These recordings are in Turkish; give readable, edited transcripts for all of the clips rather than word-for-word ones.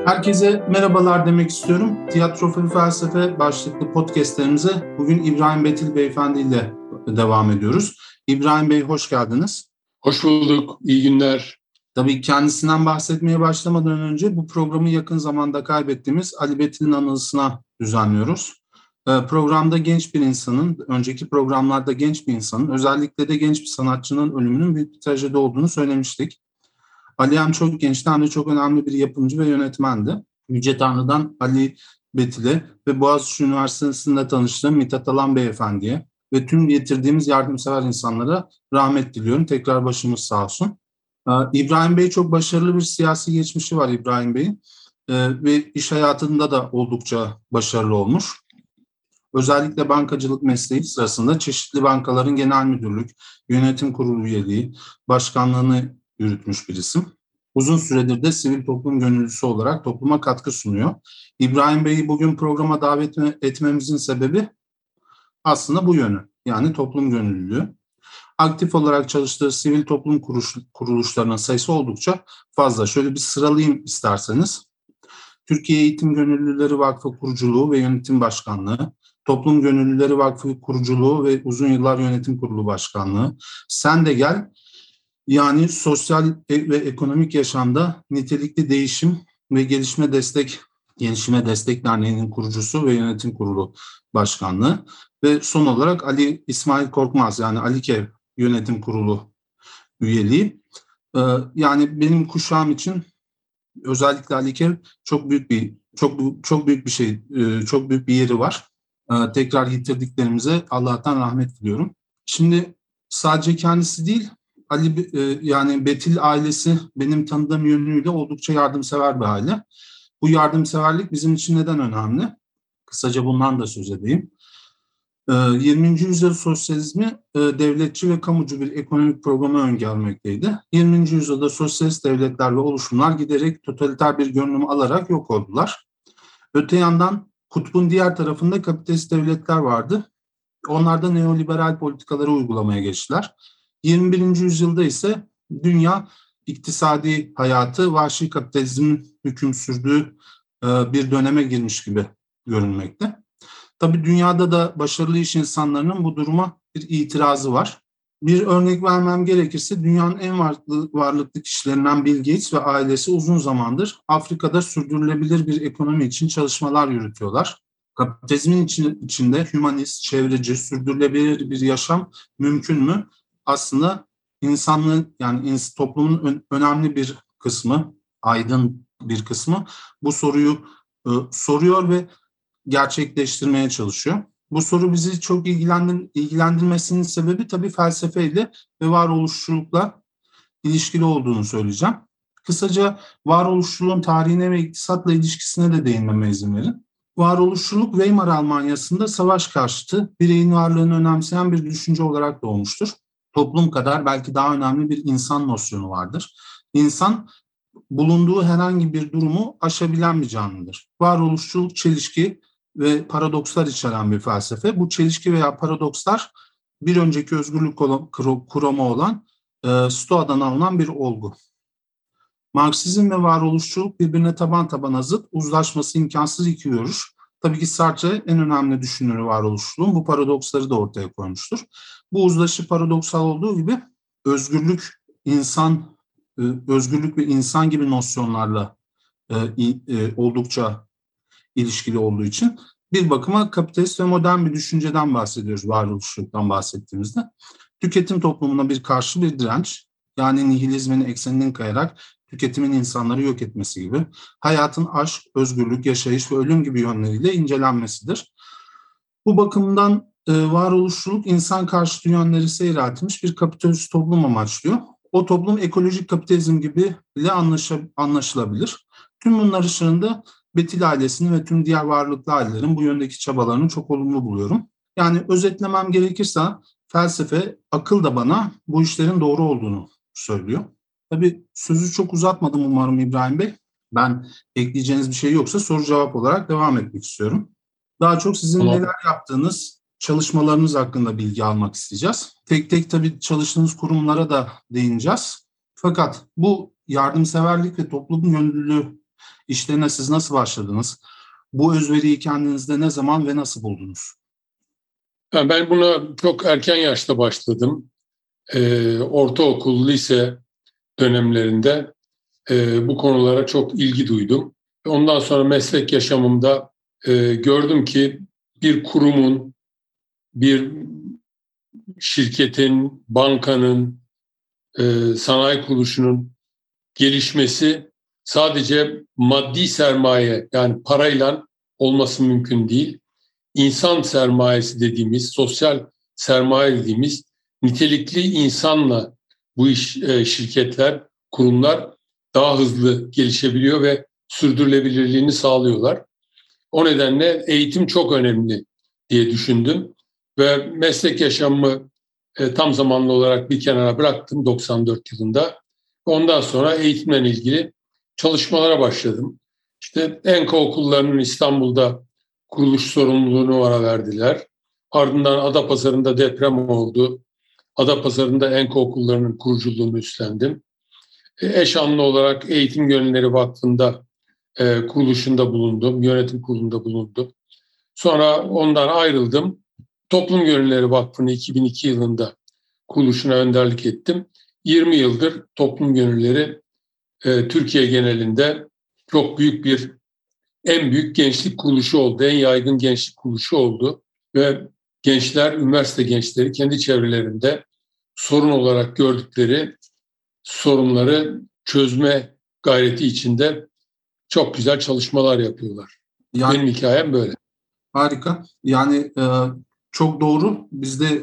Herkese merhabalar demek istiyorum. Tiyatro ve Felsefe başlıklı podcastlerimize bugün İbrahim Betil Beyefendi ile devam ediyoruz. İbrahim Bey hoş geldiniz. Hoş bulduk, iyi günler. Tabii kendisinden bahsetmeye başlamadan önce bu programı yakın zamanda kaybettiğimiz Ali Betil'in anısına düzenliyoruz. Programda genç bir insanın, önceki programlarda genç bir insanın, özellikle de genç bir sanatçının ölümünün büyük bir trajedi olduğunu söylemiştik. Ali hem çok gençti hem de çok önemli bir yapımcı ve yönetmendi. Yüce Tanrı'dan Ali Betil'e ve Boğaziçi Üniversitesi'nde tanıştığım Mithat Alan Beyefendi'ye ve tüm getirdiğimiz yardımsever insanlara rahmet diliyorum. Tekrar başımız sağ olsun. İbrahim Bey çok başarılı bir siyasi geçmişi var İbrahim Bey'in ve iş hayatında da oldukça başarılı olmuş. Özellikle bankacılık mesleği sırasında çeşitli bankaların genel müdürlük, yönetim kurulu üyeliği, başkanlığını yürütmüş bir isim. Uzun süredir de sivil toplum gönüllüsü olarak topluma katkı sunuyor. İbrahim Bey'i bugün programa davet etmemizin sebebi aslında bu yönü, yani toplum gönüllülüğü. Aktif olarak çalıştığı sivil toplum kuruluşlarının sayısı oldukça fazla. Şöyle bir sıralayayım isterseniz. Türkiye Eğitim Gönüllüleri Vakfı kuruculuğu ve yönetim başkanlığı, Toplum Gönüllüleri Vakfı kuruculuğu ve uzun yıllar yönetim kurulu başkanlığı, Sen de Gel, yani sosyal ve ekonomik yaşamda nitelikli değişim ve gelişime destek derneğinin kurucusu ve yönetim kurulu başkanlığı ve son olarak Ali İsmail Korkmaz, yani Alikev yönetim kurulu üyeliği. Yani benim kuşağım için özellikle Alikev çok büyük bir yeri var. Tekrar yitirdiklerimize Allah'tan rahmet diliyorum. Şimdi sadece kendisi değil, yani Betil ailesi benim tanıdığım yönüyle oldukça yardımsever bir aile. Bu yardımseverlik bizim için neden önemli? Kısaca bundan da söz edeyim. 20. yüzyıl sosyalizmi devletçi ve kamucu bir ekonomik programı öngörmekteydi. 20. yüzyılda sosyalist devletler ve oluşumlar giderek totaliter bir görünüm alarak yok oldular. Öte yandan kutbun diğer tarafında kapitalist devletler vardı. Onlar da neoliberal politikaları uygulamaya geçtiler. 21. yüzyılda ise dünya iktisadi hayatı vahşi kapitalizmin hüküm sürdüğü bir döneme girmiş gibi görünmekte. Tabii dünyada da başarılı iş insanlarının bu duruma bir itirazı var. Bir örnek vermem gerekirse dünyanın en varlıklı kişilerinden Bill Gates ve ailesi uzun zamandır Afrika'da sürdürülebilir bir ekonomi için çalışmalar yürütüyorlar. Kapitalizmin içinde hümanist, çevreci, sürdürülebilir bir yaşam mümkün mü? Aslında insanlığın, yani toplumun önemli bir kısmı, aydın bir kısmı bu soruyu soruyor ve gerçekleştirmeye çalışıyor. Bu soru bizi çok ilgilendirmesinin sebebi tabii felsefeyle ve varoluşçulukla ilişkili olduğunu söyleyeceğim. Kısaca varoluşçuluğun tarihine ve iktisatla ilişkisine de değinmeme izin verin. Varoluşçuluk Weimar Almanyası'nda savaş karşıtı bireyin varlığını önemseyen bir düşünce olarak doğmuştur. Toplum kadar belki daha önemli bir insan nosyonu vardır. İnsan bulunduğu herhangi bir durumu aşabilen bir canlıdır. Varoluşçuluk çelişki ve paradokslar içeren bir felsefe. Bu çelişki veya paradokslar bir önceki özgürlük kuramı olan Stoa'dan alınan bir olgu. Marksizm ve varoluşçuluk birbirine taban tabana zıt, uzlaşması imkansız iki görüş. Tabii ki Sartre en önemli düşünürü varoluşçuluğun bu paradoksları da ortaya koymuştur. Bu uzlaşı paradoksal olduğu gibi özgürlük, özgürlük ve insan gibi nosyonlarla oldukça ilişkili olduğu için bir bakıma kapitalist ve modern bir düşünceden bahsediyoruz varoluşçuluktan bahsettiğimizde. Tüketim toplumuna bir karşı bir direnç, yani nihilizmin ekseninin kayarak tüketimin insanları yok etmesi gibi, hayatın aşk, özgürlük, yaşayış ve ölüm gibi yönleriyle incelenmesidir. Bu bakımdan varoluşçuluk insan karşıtı yönleri seyreltilmiş bir kapitalist toplum amaçlıyor. O toplum ekolojik kapitalizm gibi ile anlaşılabilir. Tüm bunlar ışığında Betil ailesini ve tüm diğer varlıklı ailelerin bu yöndeki çabalarını çok olumlu buluyorum. Yani özetlemem gerekirse felsefe, akıl da bana bu işlerin doğru olduğunu söylüyor. Tabii sözü çok uzatmadım umarım İbrahim Bey. Ben ekleyeceğiniz bir şey yoksa soru cevap olarak devam etmek istiyorum. Daha çok sizin neler yaptığınız, çalışmalarınız hakkında bilgi almak isteyeceğiz. Tek tek tabii çalıştığınız kurumlara da değineceğiz. Fakat bu yardımseverlik ve toplum gönüllülüğü İşlerine siz nasıl başladınız? Bu özveriyi kendinizde ne zaman ve nasıl buldunuz? Yani ben buna çok erken yaşta başladım. Ortaokul, lise dönemlerinde bu konulara çok ilgi duydum. Ondan sonra meslek yaşamımda gördüm ki bir kurumun, bir şirketin, bankanın, sanayi kuruluşunun gelişmesi sadece maddi sermaye, yani parayla olması mümkün değil. İnsan sermayesi dediğimiz, sosyal sermaye dediğimiz nitelikli insanla bu şirketler, kurumlar daha hızlı gelişebiliyor ve sürdürülebilirliğini sağlıyorlar. O nedenle eğitim çok önemli diye düşündüm ve meslek yaşamımı tam zamanlı olarak bir kenara bıraktım 94 yılında. Ondan sonra eğitimle ilgili çalışmalara başladım. İşte Enka okullarının İstanbul'da kuruluş sorumluluğunu bana verdiler. Ardından Adapazarı'nda deprem oldu. Adapazarı'nda Enka okullarının kuruculuğunu üstlendim. Eş anlı olarak Eğitim Gönülleri Vakfı'nda kuruluşunda bulundum, yönetim kurulunda bulundum. Sonra ondan ayrıldım. Toplum Gönülleri Vakfı'nı 2002 yılında kuruluşuna önderlik ettim. 20 yıldır Toplum Gönülleri Türkiye genelinde çok büyük en büyük gençlik kuruluşu oldu, en yaygın gençlik kuruluşu oldu ve gençler, üniversite gençleri kendi çevrelerinde sorun olarak gördükleri sorunları çözme gayreti içinde çok güzel çalışmalar yapıyorlar. Yani, benim hikayem böyle. harika. Yani çok doğru. Biz de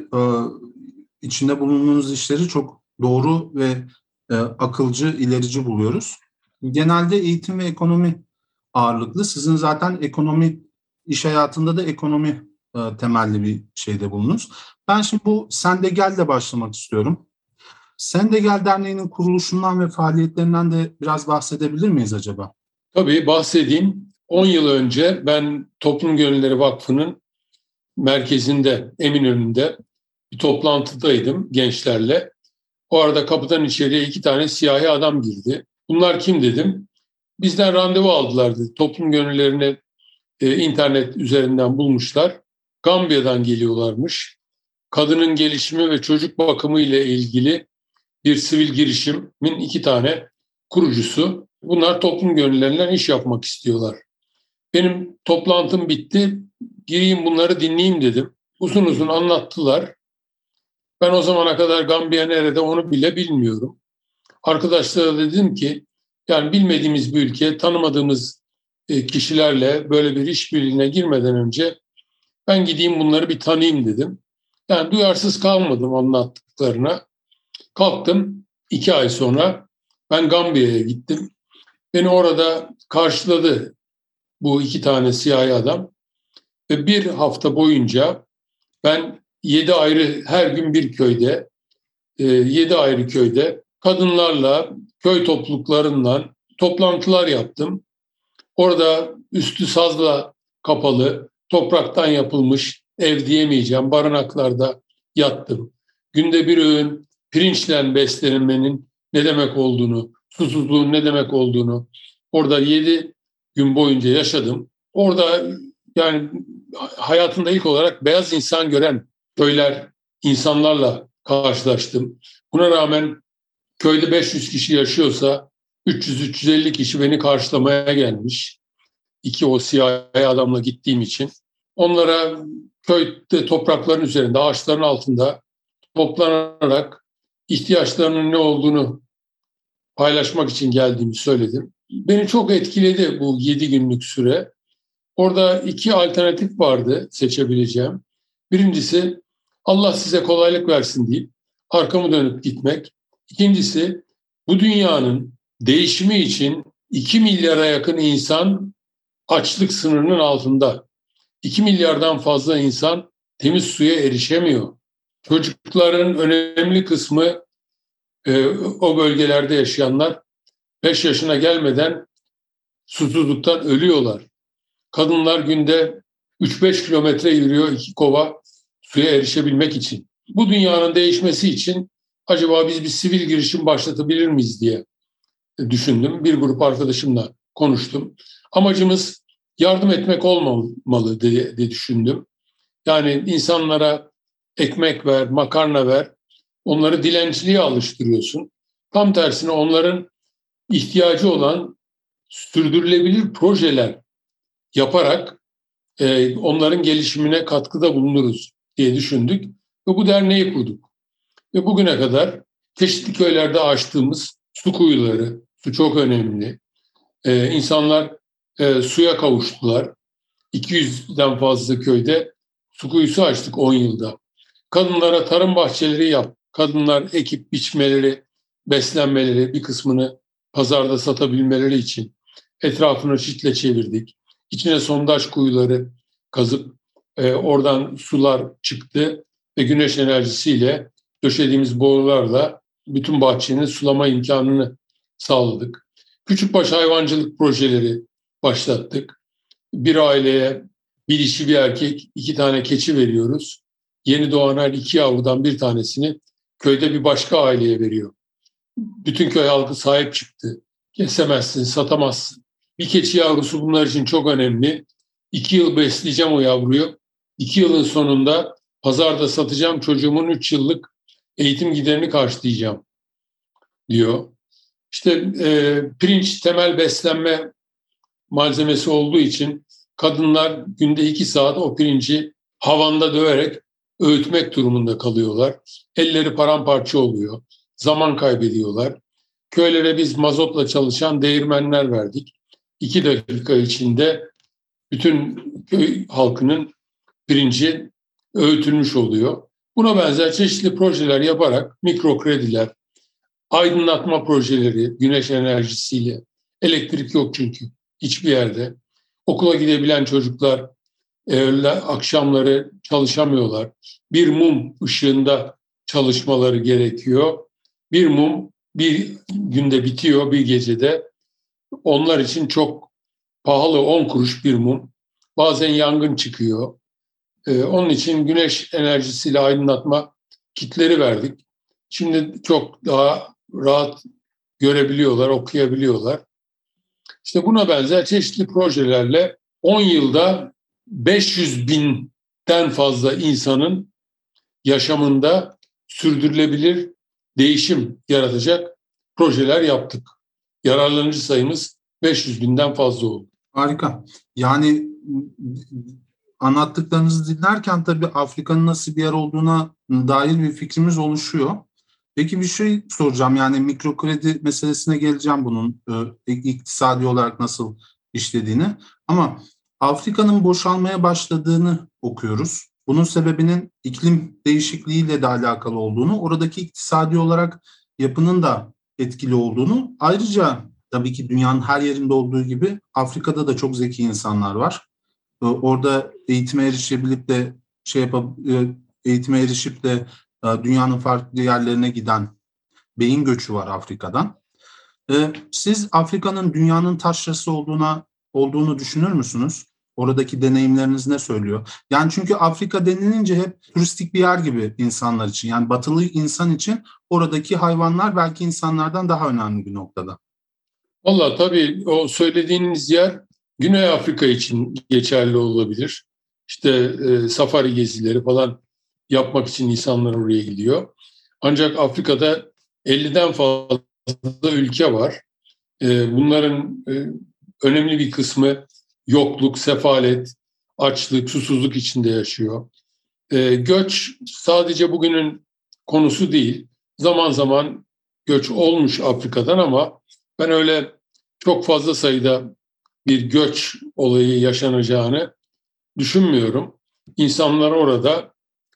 içinde bulunduğunuz işleri çok doğru ve akılcı, ilerici buluyoruz. Genelde eğitim ve ekonomi ağırlıklı. Sizin zaten ekonomi, iş hayatında da ekonomi temelli bir şeyde bulunuz. Ben şimdi bu Sen de Gel'le başlamak istiyorum. Sen de Gel Derneği'nin kuruluşundan ve faaliyetlerinden de biraz bahsedebilir miyiz acaba? Tabii bahsedeyim. 10 yıl önce ben Toplum Gönülleri Vakfı'nın merkezinde, Eminönü'nde bir toplantıdaydım gençlerle. O arada kapıdan içeriye 2 tane siyahi adam girdi. Bunlar kim dedim. Bizden randevu aldılar dedi. Toplum Gönülleri'ni internet üzerinden bulmuşlar. Gambiya'dan geliyorlarmış. Kadının gelişimi ve çocuk bakımı ile ilgili bir sivil girişimin 2 tane kurucusu. Bunlar toplum gönüllerinden iş yapmak istiyorlar. Benim toplantım bitti. Gireyim bunları dinleyeyim dedim. Uzun uzun anlattılar. Ben o zamana kadar Gambiya nerede onu bile bilmiyorum. Arkadaşlara dedim ki yani bilmediğimiz bir ülke, tanımadığımız kişilerle böyle bir işbirliğine girmeden önce ben gideyim bunları bir tanıyayım dedim. Yani duyarsız kalmadım anlattıklarına. Kalktım 2 ay sonra ben Gambiya'ya gittim. Beni orada karşıladı bu 2 tane siyahi adam ve bir hafta boyunca ben 7 ayrı her gün bir köyde 7 ayrı köyde kadınlarla köy topluluklarından toplantılar yaptım. Orada üstü sazla kapalı topraktan yapılmış ev diyemeyeceğim barınaklarda yattım. Günde bir öğün pirinçle beslenmenin ne demek olduğunu, susuzluğun ne demek olduğunu orada 7 gün boyunca yaşadım. Orada yani hayatımda ilk olarak beyaz insan gören köyler, insanlarla karşılaştım. Buna rağmen köyde 500 kişi yaşıyorsa 300-350 kişi beni karşılamaya gelmiş. O siyahi adamla gittiğim için. Onlara köyde toprakların üzerinde, ağaçların altında toplanarak ihtiyaçlarının ne olduğunu paylaşmak için geldiğimi söyledim. Beni çok etkiledi bu 7 günlük süre. Orada 2 alternatif vardı seçebileceğim. Birincisi Allah size kolaylık versin deyip arkamı dönüp gitmek. İkincisi bu dünyanın değişimi için 2 milyara yakın insan açlık sınırının altında. 2 milyardan fazla insan temiz suya erişemiyor. Çocukların önemli kısmı o bölgelerde yaşayanlar 5 yaşına gelmeden susuzluktan ölüyorlar. Kadınlar günde 3-5 kilometre yürüyor 2 kova suya erişebilmek için. Bu dünyanın değişmesi için acaba biz bir sivil girişim başlatabilir miyiz diye düşündüm. Bir grup arkadaşımla konuştum. Amacımız yardım etmek olmamalı diye düşündüm. Yani insanlara ekmek ver, makarna ver, onları dilenciliğe alıştırıyorsun. Tam tersine onların ihtiyacı olan sürdürülebilir projeler yaparak onların gelişimine katkıda bulunuruz diye düşündük ve bu derneği kurduk. Ve bugüne kadar çeşitli köylerde açtığımız su kuyuları, su çok önemli. İnsanlar suya kavuştular. 200'den fazla köyde su kuyusu açtık 10 yılda. Kadınlara tarım bahçeleri yap. Kadınlar ekip biçmeleri, beslenmeleri, bir kısmını pazarda satabilmeleri için etrafını çitle çevirdik. İçine sondaj kuyuları kazıp oradan sular çıktı ve güneş enerjisiyle döşediğimiz borularla bütün bahçenin sulama imkanını sağladık. Küçükbaş hayvancılık projeleri başlattık. Bir aileye bir dişi bir erkek 2 tane keçi veriyoruz. Yeni doğan her 2 yavrudan bir tanesini köyde bir başka aileye veriyor. Bütün köy halkı sahip çıktı. Kesemezsin, satamazsın. Bir keçi yavrusu bunlar için çok önemli. 2 yıl besleyeceğim o yavruyu. 2 yılın sonunda pazarda satacağım, çocuğumun 3 yıllık eğitim giderini karşılayacağım diyor. İşte pirinç temel beslenme malzemesi olduğu için kadınlar günde 2 saat o pirinci havanda döverek öğütmek durumunda kalıyorlar. Elleri paramparça oluyor. Zaman kaybediyorlar. Köylere biz mazotla çalışan değirmenler verdik. 2 dakika içinde bütün köy halkının pirinci öğütülmüş oluyor. Buna benzer çeşitli projeler yaparak mikro krediler, aydınlatma projeleri, güneş enerjisiyle, elektrik yok çünkü hiçbir yerde. Okula gidebilen çocuklar öğle akşamları çalışamıyorlar. Bir mum ışığında çalışmaları gerekiyor. Bir mum bir günde bitiyor, bir gecede. Onlar için çok pahalı, 10 kuruş bir mum. Bazen yangın çıkıyor. Onun için güneş enerjisiyle aydınlatma kitleri verdik. Şimdi çok daha rahat görebiliyorlar, okuyabiliyorlar. İşte buna benzer çeşitli projelerle 10 yılda 500 binden fazla insanın yaşamında sürdürülebilir değişim yaratacak projeler yaptık. Yararlanıcı sayımız 500 binden fazla oldu. Harika. Yani anlattıklarınızı dinlerken tabii Afrika'nın nasıl bir yer olduğuna dair bir fikrimiz oluşuyor. Peki bir şey soracağım. Yani mikro kredi meselesine geleceğim bunun iktisadi olarak nasıl işlediğini. Ama Afrika'nın boşalmaya başladığını okuyoruz. Bunun sebebinin iklim değişikliğiyle de alakalı olduğunu, oradaki iktisadi olarak yapının da etkili olduğunu, ayrıca tabii ki dünyanın her yerinde olduğu gibi Afrika'da da çok zeki insanlar var. Orada eğitime erişebilip de eğitime erişip de dünyanın farklı yerlerine giden beyin göçü var Afrika'dan. Siz Afrika'nın dünyanın taşrası olduğunu düşünür müsünüz? Oradaki deneyimleriniz ne söylüyor? Yani çünkü Afrika denilince hep turistik bir yer gibi insanlar için. Yani batılı insan için oradaki hayvanlar belki insanlardan daha önemli bir noktada. Vallahi tabii o söylediğiniz yer Güney Afrika için geçerli olabilir. İşte safari gezileri falan yapmak için insanlar oraya gidiyor. Ancak Afrika'da 50'den fazla ülke var. Bunların önemli bir kısmı yokluk, sefalet, açlık, susuzluk içinde yaşıyor. Göç sadece bugünün konusu değil. Zaman zaman göç olmuş Afrika'dan ama ben öyle çok fazla sayıda bir göç olayı yaşanacağını düşünmüyorum. İnsanlar orada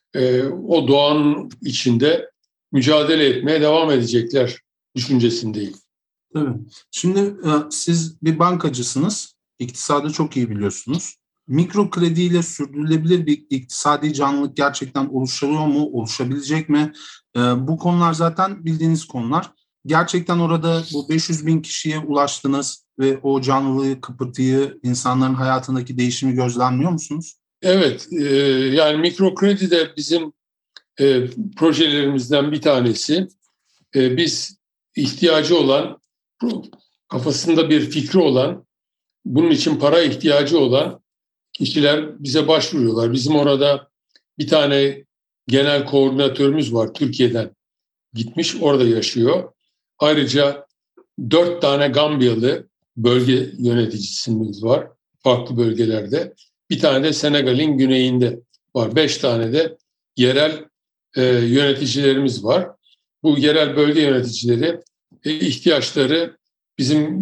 o doğanın içinde mücadele etmeye devam edecekler düşüncesindeyim. Tabii. Şimdi siz bir bankacısınız, iktisadı çok iyi biliyorsunuz. Mikro krediyle sürdürülebilir bir iktisadi canlılık gerçekten oluşuyor mu, oluşabilecek mi? Bu konular zaten bildiğiniz konular. Gerçekten orada bu 500 bin kişiye ulaştınız ve o canlılığı, kıpırtıyı, insanların hayatındaki değişimi gözlemliyor musunuz? Evet, yani mikro kredi de bizim projelerimizden bir tanesi. Biz ihtiyacı olan, kafasında bir fikri olan bunun için para ihtiyacı olan kişiler bize başvuruyorlar. Bizim orada bir tane genel koordinatörümüz var, Türkiye'den gitmiş, orada yaşıyor. Ayrıca 4 tane Gambiyalı bölge yöneticisimiz var farklı bölgelerde. Bir tane de Senegal'in güneyinde var. 5 tane de yerel yöneticilerimiz var. Bu yerel bölge yöneticileri ihtiyaçları bizim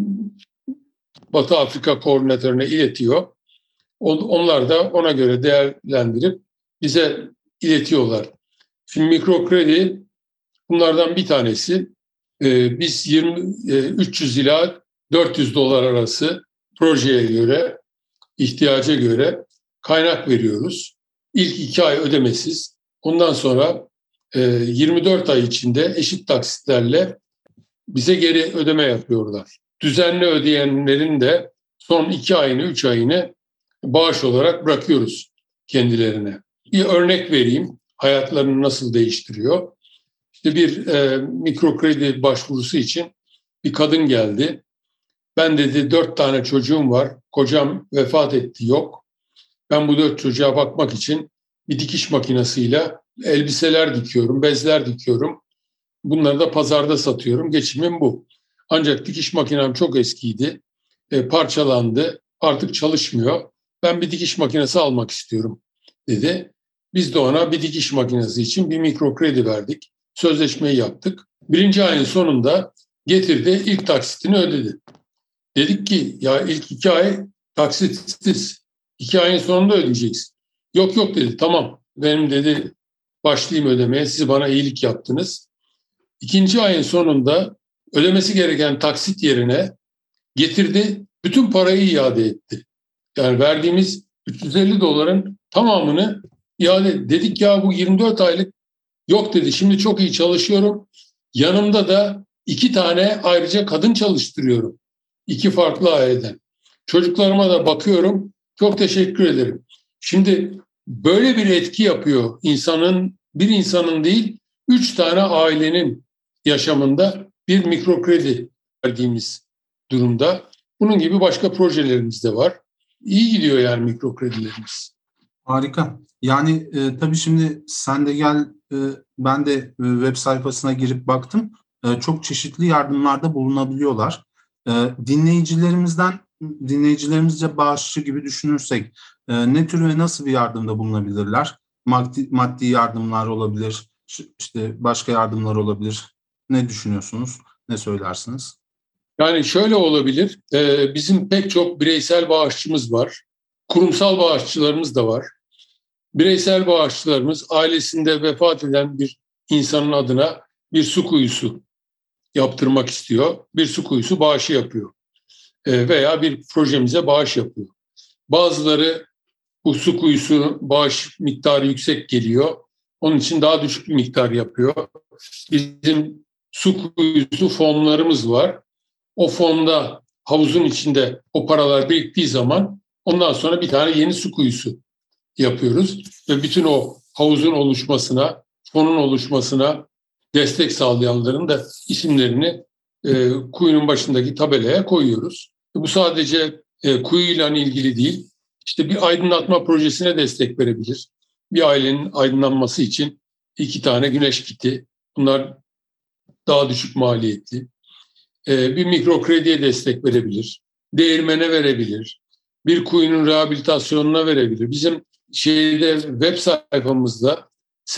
Batı Afrika koordinatörüne iletiyor. Onlar da ona göre değerlendirip bize iletiyorlar. Şimdi mikrokredi bunlardan bir tanesi. Biz 300 ila 400 dolar arası projeye göre, ihtiyaca göre kaynak veriyoruz. İlk 2 ay ödemesiz. Ondan sonra 24 ay içinde eşit taksitlerle bize geri ödeme yapıyorlar. Düzenli ödeyenlerin de son 2 ayını, 3 ayını bağış olarak bırakıyoruz kendilerine. Bir örnek vereyim, hayatlarını nasıl değiştiriyor. İşte bir mikrokredi başvurusu için bir kadın geldi. Ben dedi 4 tane çocuğum var, kocam vefat etti, yok. Ben bu 4 çocuğa bakmak için bir dikiş makinesiyle elbiseler dikiyorum, bezler dikiyorum. Bunları da pazarda satıyorum, geçimim bu. Ancak dikiş makinem çok eskiydi, parçalandı, artık çalışmıyor. Ben bir dikiş makinesi almak istiyorum dedi. Biz de ona bir dikiş makinesi için bir mikrokredi verdik. Sözleşmeyi yaptık. 1. ayın sonunda getirdi, ilk taksitini ödedi. Dedik ki ya ilk 2 ay taksitsiz, 2 ayın sonunda ödeyeceksin. Yok yok dedi, tamam benim dedi başlayayım ödemeye, siz bana iyilik yaptınız. 2. ayın sonunda ödemesi gereken taksit yerine getirdi, bütün parayı iade etti. Yani verdiğimiz 350 doların tamamını iade etti. Dedik ya bu 24 aylık, yok dedi, şimdi çok iyi çalışıyorum. Yanımda da 2 tane ayrıca kadın çalıştırıyorum. 2 farklı aileden. Çocuklarıma da bakıyorum. Çok teşekkür ederim. Şimdi böyle bir etki yapıyor bir insanın değil, 3 tane ailenin yaşamında bir mikrokredi verdiğimiz durumda. Bunun gibi başka projelerimiz de var. İyi gidiyor yani mikrokredilerimiz. Harika. Yani tabii şimdi sen de gel, ben de web sayfasına girip baktım. Çok çeşitli yardımlarda bulunabiliyorlar. Dinleyicilerimizce bağışçı gibi düşünürsek ne tür ve nasıl bir yardımda bulunabilirler? Maddi yardımlar olabilir, işte başka yardımlar olabilir. Ne düşünüyorsunuz? Ne söylersiniz? Yani şöyle olabilir, bizim pek çok bireysel bağışçımız var, kurumsal bağışçılarımız da var. Bireysel bağışçılarımız ailesinde vefat eden bir insanın adına bir su kuyusu yaptırmak istiyor, bir su kuyusu bağışı yapıyor veya bir projemize bağış yapıyor. Bazıları bu su kuyusu bağış miktarı yüksek geliyor, onun için daha düşük bir miktar yapıyor. Bizim su kuyusu fonlarımız var. O fonda, havuzun içinde o paralar biriktiği zaman ondan sonra bir tane yeni su kuyusu yapıyoruz. Ve bütün o havuzun oluşmasına, fonun oluşmasına destek sağlayanların da isimlerini kuyunun başındaki tabelaya koyuyoruz. Bu sadece kuyuyla ilgili değil, işte bir aydınlatma projesine destek verebilir. Bir ailenin aydınlanması için 2 tane güneş kiti, bunlar daha düşük maliyetli. Bir mikrokrediye destek verebilir, değirmene verebilir, bir kuyunun rehabilitasyonuna verebilir. Bizim web sayfamızda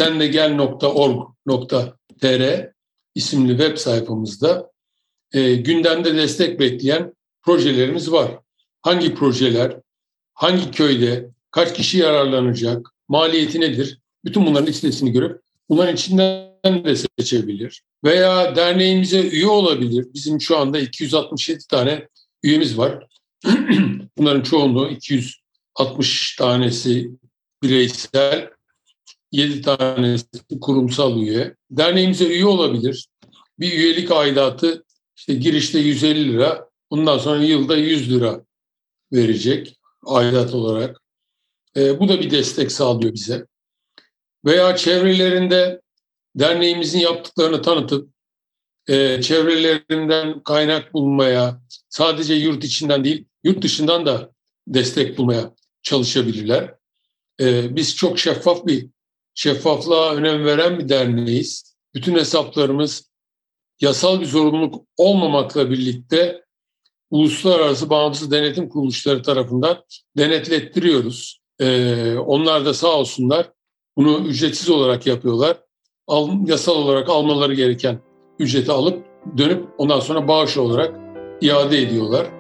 sendegel.org.tr isimli web sayfamızda gündemde destek bekleyen projelerimiz var. Hangi projeler, hangi köyde, kaç kişi yararlanacak, maliyeti nedir? Bütün bunların listesini görüp bunların içinden de seçebilir. Veya derneğimize üye olabilir. Bizim şu anda 267 tane üyemiz var. Bunların çoğunluğu 260 tanesi bireysel, 7 tanesi kurumsal üye. Derneğimize üye olabilir. Bir üyelik aidatı işte girişte 150 lira, bundan sonra yılda 100 lira verecek aidat olarak. Bu da bir destek sağlıyor bize. Veya çevrelerinde derneğimizin yaptıklarını tanıtıp çevrelerinden kaynak bulmaya, sadece yurt içinden değil, yurt dışından da destek bulmaya çalışabilirler. Biz çok şeffaflığa önem veren bir derneğiz. Bütün hesaplarımız yasal bir zorunluluk olmamakla birlikte uluslararası bağımsız denetim kuruluşları tarafından denetlettiriyoruz. Onlar da sağ olsunlar bunu ücretsiz olarak yapıyorlar. Yasal olarak almaları gereken ücreti alıp dönüp ondan sonra bağış olarak iade ediyorlar.